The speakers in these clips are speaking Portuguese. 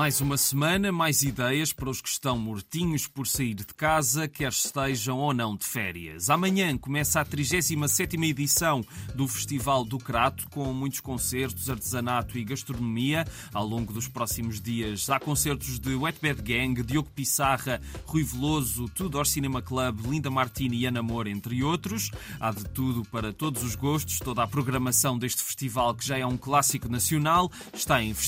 Mais uma semana, mais ideias para os que estão mortinhos por sair de casa, quer estejam ou não de férias. Amanhã começa a 37ª edição do Festival do Crato, com muitos concertos, artesanato e gastronomia. Ao longo dos próximos dias há concertos de Wet Bad Gang, Diogo Pissarra, Rui Veloso, Tudor Cinema Club, Linda Martini e Ana Moura, entre outros. Há de tudo para todos os gostos. Toda a programação deste festival, que já é um clássico nacional, está em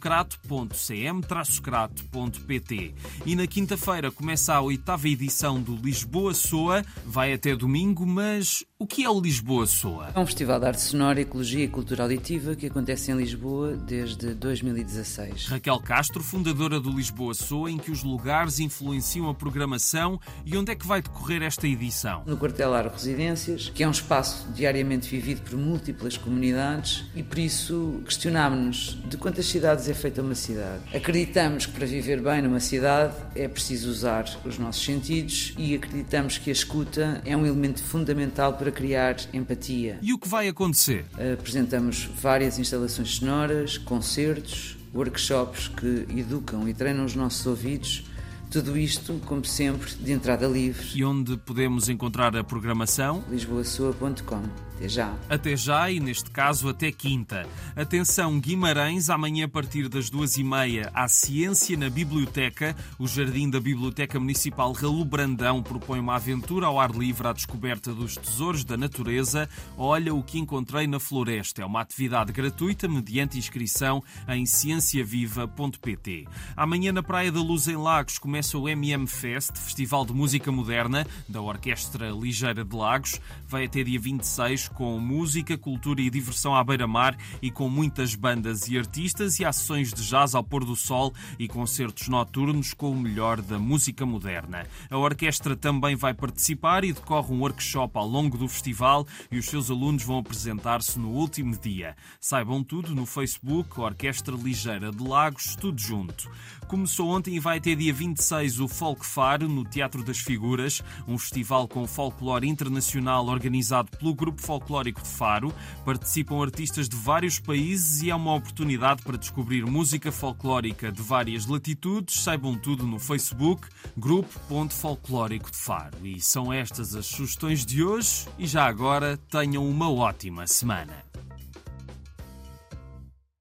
festivaldo-crato.pt. E na quinta-feira começa a 8ª edição do Lisboa Soa. Vai até domingo, mas o que é o Lisboa Soa? É um festival de arte sonora, ecologia e cultura auditiva que acontece em Lisboa desde 2016. Raquel Castro, fundadora do Lisboa Soa, em que os lugares influenciam a programação, e onde é que vai decorrer esta edição? No Quartel Aro Residências, que é um espaço diariamente vivido por múltiplas comunidades, e por isso questionámos-nos de quantas cidades é feita uma cidade. Acreditamos que para viver bem numa cidade é preciso usar os nossos sentidos e acreditamos que a escuta é um elemento fundamental para criar empatia. E o que vai acontecer? Apresentamos várias instalações sonoras, concertos, workshops que educam e treinam os nossos ouvidos. Tudo isto, como sempre, de entrada livre. E onde podemos encontrar a programação? lisboasoa.com. Até já. Até já e, neste caso, até quinta. Atenção, Guimarães, amanhã a partir das 2h30 há Ciência na Biblioteca. O Jardim da Biblioteca Municipal Raul Brandão propõe uma aventura ao ar livre à descoberta dos tesouros da natureza. Olha o que encontrei na floresta. É uma atividade gratuita mediante inscrição em cienciaviva.pt. Amanhã na Praia da Luz, em Lagos, começa o MM-Fest, Festival de Música Moderna da Orquestra Ligeira de Lagos. Vai até dia 26, com música, cultura e diversão à beira-mar e com muitas bandas e artistas, e há sessões de jazz ao pôr do sol e concertos noturnos com o melhor da música moderna. A orquestra também vai participar e decorre um workshop ao longo do festival, e os seus alunos vão apresentar-se no último dia. Saibam tudo no Facebook, Orquestra Ligeira de Lagos, tudo junto. Começou ontem e vai até dia 26 o Folk Faro, no Teatro das Figuras, um festival com folclore internacional organizado pelo Grupo Folclórico de Faro. Participam artistas de vários países e é uma oportunidade para descobrir música folclórica de várias latitudes. Saibam tudo no Facebook, Grupo.Folclórico de Faro. E são estas as sugestões de hoje, e já agora tenham uma ótima semana.